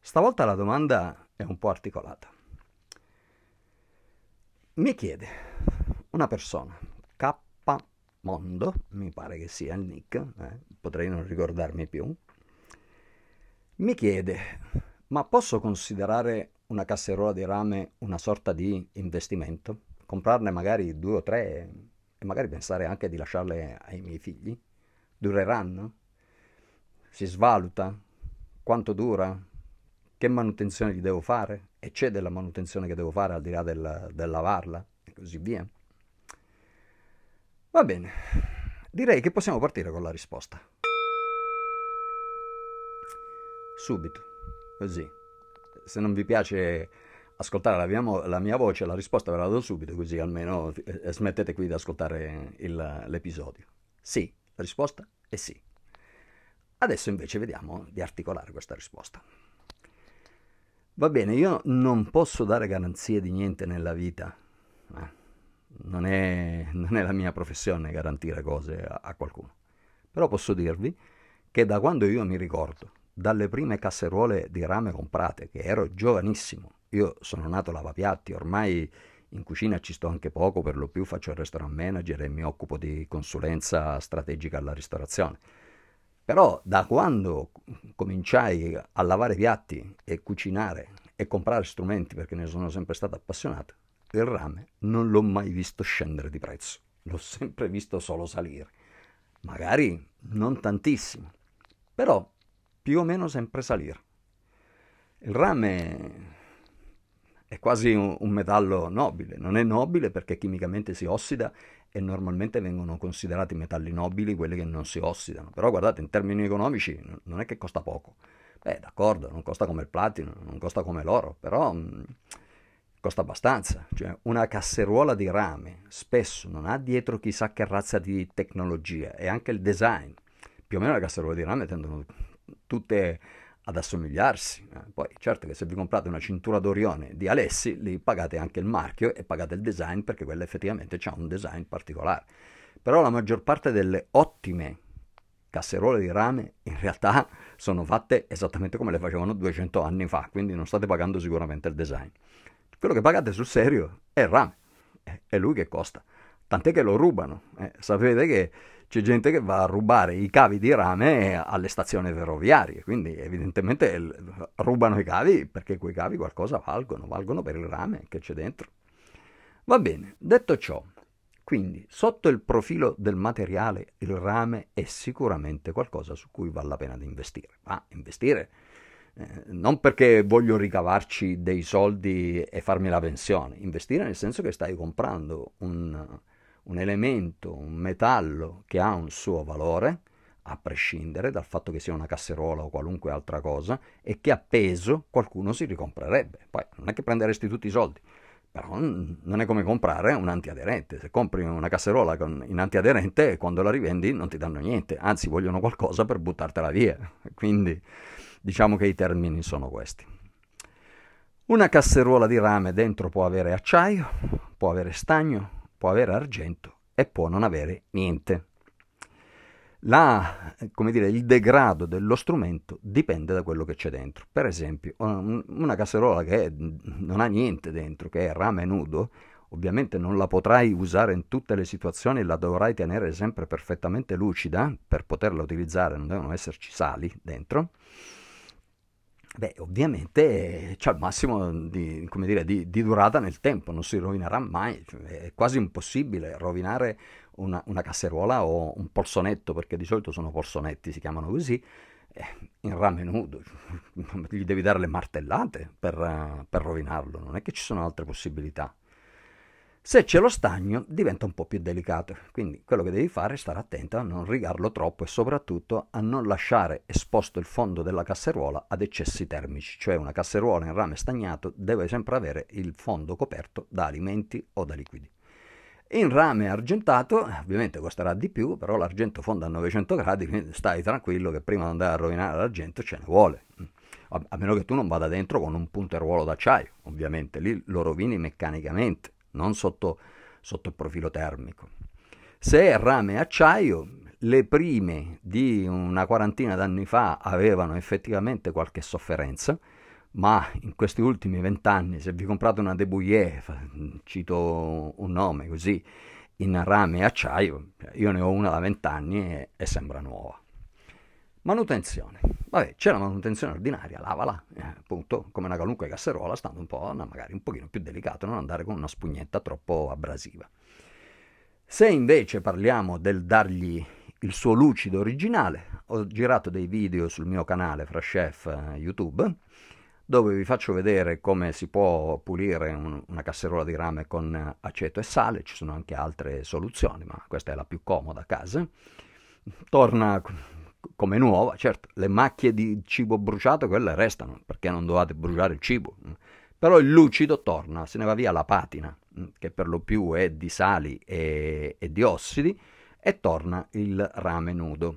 Stavolta la domanda è un po' articolata. Mi chiede una persona, K Mondo, mi pare che sia il nick, potrei non ricordarmi più, mi chiede, ma posso considerare una casseruola di rame una sorta di investimento? Comprarne magari due o tre e magari pensare anche di lasciarle ai miei figli? Dureranno? Si svaluta? Quanto dura? Che manutenzione gli devo fare? E c'è della manutenzione che devo fare al di là del lavarla? E così via. Va bene, direi che possiamo partire con la risposta. Subito, così. Se non vi piace ascoltare la mia voce, la risposta ve la do subito, così almeno smettete qui di ascoltare l'episodio. Sì, la risposta è sì. Adesso invece vediamo di articolare questa risposta. Va bene, io non posso dare garanzie di niente nella vita. Non è la mia professione garantire cose a qualcuno. Però posso dirvi che da quando io mi ricordo, dalle prime casseruole di rame comprate, che ero giovanissimo, io sono nato lavapiatti, ormai in cucina ci sto anche poco, per lo più faccio il restaurant manager e mi occupo di consulenza strategica alla ristorazione. Però da quando cominciai a lavare piatti e cucinare e comprare strumenti, perché ne sono sempre stato appassionato, il rame non l'ho mai visto scendere di prezzo, l'ho sempre visto solo salire. Magari non tantissimo, però più o meno sempre salire. Il rame è quasi un metallo nobile, non è nobile perché chimicamente si ossida e normalmente vengono considerati metalli nobili quelli che non si ossidano, però guardate, in termini economici non è che costa poco. Beh, d'accordo, non costa come il platino, non costa come l'oro, però costa abbastanza. Cioè, una casseruola di rame spesso non ha dietro chissà che razza di tecnologia, e anche il design. Più o meno le casseruole di rame tendono tutte ad assomigliarsi. Poi certo che se vi comprate una cintura d'Orione di Alessi, lì pagate anche il marchio e pagate il design, perché quella effettivamente ha un design particolare. Però la maggior parte delle ottime casserole di rame in realtà sono fatte esattamente come le facevano 200 anni fa, quindi non state pagando sicuramente il design. Quello che pagate sul serio è il rame, è lui che costa. Tant'è che lo rubano. Sapete che c'è gente che va a rubare i cavi di rame alle stazioni ferroviarie, quindi evidentemente rubano i cavi perché quei cavi qualcosa valgono per il rame che c'è dentro. Va bene, detto ciò, quindi sotto il profilo del materiale il rame è sicuramente qualcosa su cui vale la pena di investire, ma investire non perché voglio ricavarci dei soldi e farmi la pensione, investire nel senso che stai comprando un elemento, un metallo che ha un suo valore, a prescindere dal fatto che sia una casseruola o qualunque altra cosa, e che a peso qualcuno si ricomprerebbe. Poi non è che prenderesti tutti i soldi, però non è come comprare un antiaderente. Se compri una casseruola in antiaderente, quando la rivendi non ti danno niente, anzi vogliono qualcosa per buttartela via. Quindi diciamo che i termini sono questi. Una casseruola di rame dentro può avere acciaio, può avere stagno, può avere argento e può non avere niente. Come dire, il degrado dello strumento dipende da quello che c'è dentro. Per esempio, una casseruola che non ha niente dentro, che è rame nudo, ovviamente non la potrai usare in tutte le situazioni, la dovrai tenere sempre perfettamente lucida per poterla utilizzare, non devono esserci sali dentro. Beh, ovviamente c'è il massimo di durata nel tempo, non si rovinerà mai, è quasi impossibile rovinare una casseruola o un polsonetto, perché di solito sono polsonetti, si chiamano così, in rame nudo, gli devi dare le martellate per rovinarlo, non è che ci sono altre possibilità. Se c'è lo stagno diventa un po' più delicato, quindi quello che devi fare è stare attento a non rigarlo troppo e soprattutto a non lasciare esposto il fondo della casseruola ad eccessi termici, cioè una casseruola in rame stagnato deve sempre avere il fondo coperto da alimenti o da liquidi. In rame argentato ovviamente costerà di più, però l'argento fonda a 900 gradi, quindi stai tranquillo che prima di andare a rovinare l'argento ce ne vuole. A meno che tu non vada dentro con un punteruolo d'acciaio, ovviamente lì lo rovini meccanicamente, non sotto il profilo termico. Se è rame e acciaio, le prime di una quarantina d'anni fa avevano effettivamente qualche sofferenza, ma in questi ultimi 20 anni, se vi comprate una De Bouillé, cito un nome così, in rame e acciaio, io ne ho una da 20 anni e sembra nuova. Manutenzione. Vabbè, c'è la manutenzione ordinaria, lavala, appunto, come una qualunque casseruola, stando un po', magari un pochino più delicato, non andare con una spugnetta troppo abrasiva. Se invece parliamo del dargli il suo lucido originale, ho girato dei video sul mio canale Fresh Chef YouTube, dove vi faccio vedere come si può pulire una casseruola di rame con aceto e sale. Ci sono anche altre soluzioni, ma questa è la più comoda a casa. Torna come nuova. Certo, le macchie di cibo bruciato, quelle restano, perché non dovete bruciare il cibo. Però il lucido torna, se ne va via la patina, che per lo più è di sali e di ossidi, e torna il rame nudo.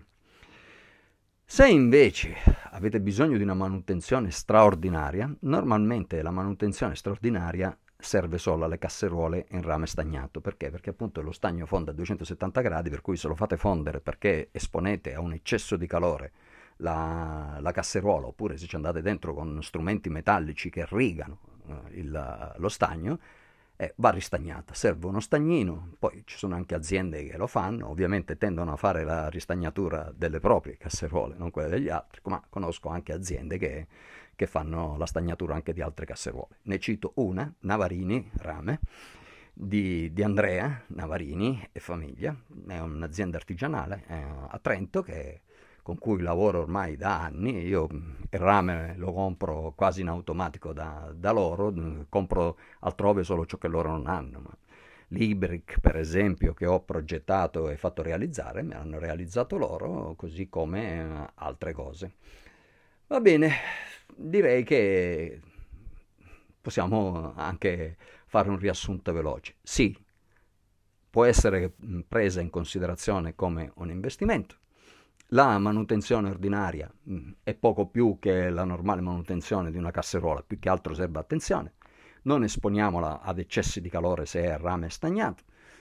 Se invece avete bisogno di una manutenzione straordinaria, normalmente la manutenzione straordinaria serve solo alle casseruole in rame stagnato. Perché? Perché appunto lo stagno fonde a 270 gradi, per cui se lo fate fondere perché esponete a un eccesso di calore la casseruola, oppure se ci andate dentro con strumenti metallici che rigano lo stagno, va ristagnata. Serve uno stagnino, poi ci sono anche aziende che lo fanno, ovviamente tendono a fare la ristagnatura delle proprie casseruole, non quelle degli altri, ma conosco anche aziende che fanno la stagnatura anche di altre casseruole. Ne cito una, Navarini Rame, di Andrea Navarini e famiglia, è un'azienda artigianale a Trento con cui lavoro ormai da anni. Io il rame lo compro quasi in automatico da loro, compro altrove solo ciò che loro non hanno. Ma l'Ibrick, per esempio, che ho progettato e fatto realizzare, me l'hanno realizzato loro, così come altre cose. Va bene, direi che possiamo anche fare un riassunto veloce. Sì, può essere presa in considerazione come un investimento. La manutenzione ordinaria è poco più che la normale manutenzione di una casseruola, più che altro serve attenzione. Non esponiamola ad eccessi di calore se è rame stagnato.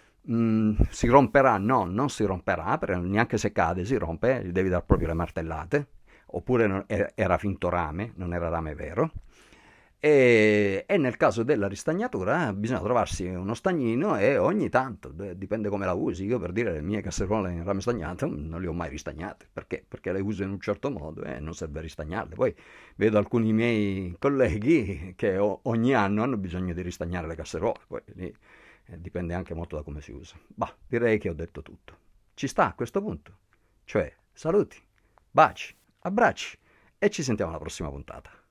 Si romperà? No, non si romperà, perché neanche se cade si rompe, gli devi dar proprio le martellate, oppure era finto rame, non era rame vero. E nel caso della ristagnatura bisogna trovarsi uno stagnino e ogni tanto, dipende come la usi. Io, per dire, le mie casseruole in rame stagnato non le ho mai ristagnate. Perché? Perché le uso in un certo modo e non serve ristagnarle. Poi vedo alcuni miei colleghi che ogni anno hanno bisogno di ristagnare le casseruole. Poi lì dipende anche molto da come si usa. Bah, direi che ho detto tutto. Ci sta a questo punto. Cioè, saluti, baci, abbracci e ci sentiamo alla prossima puntata.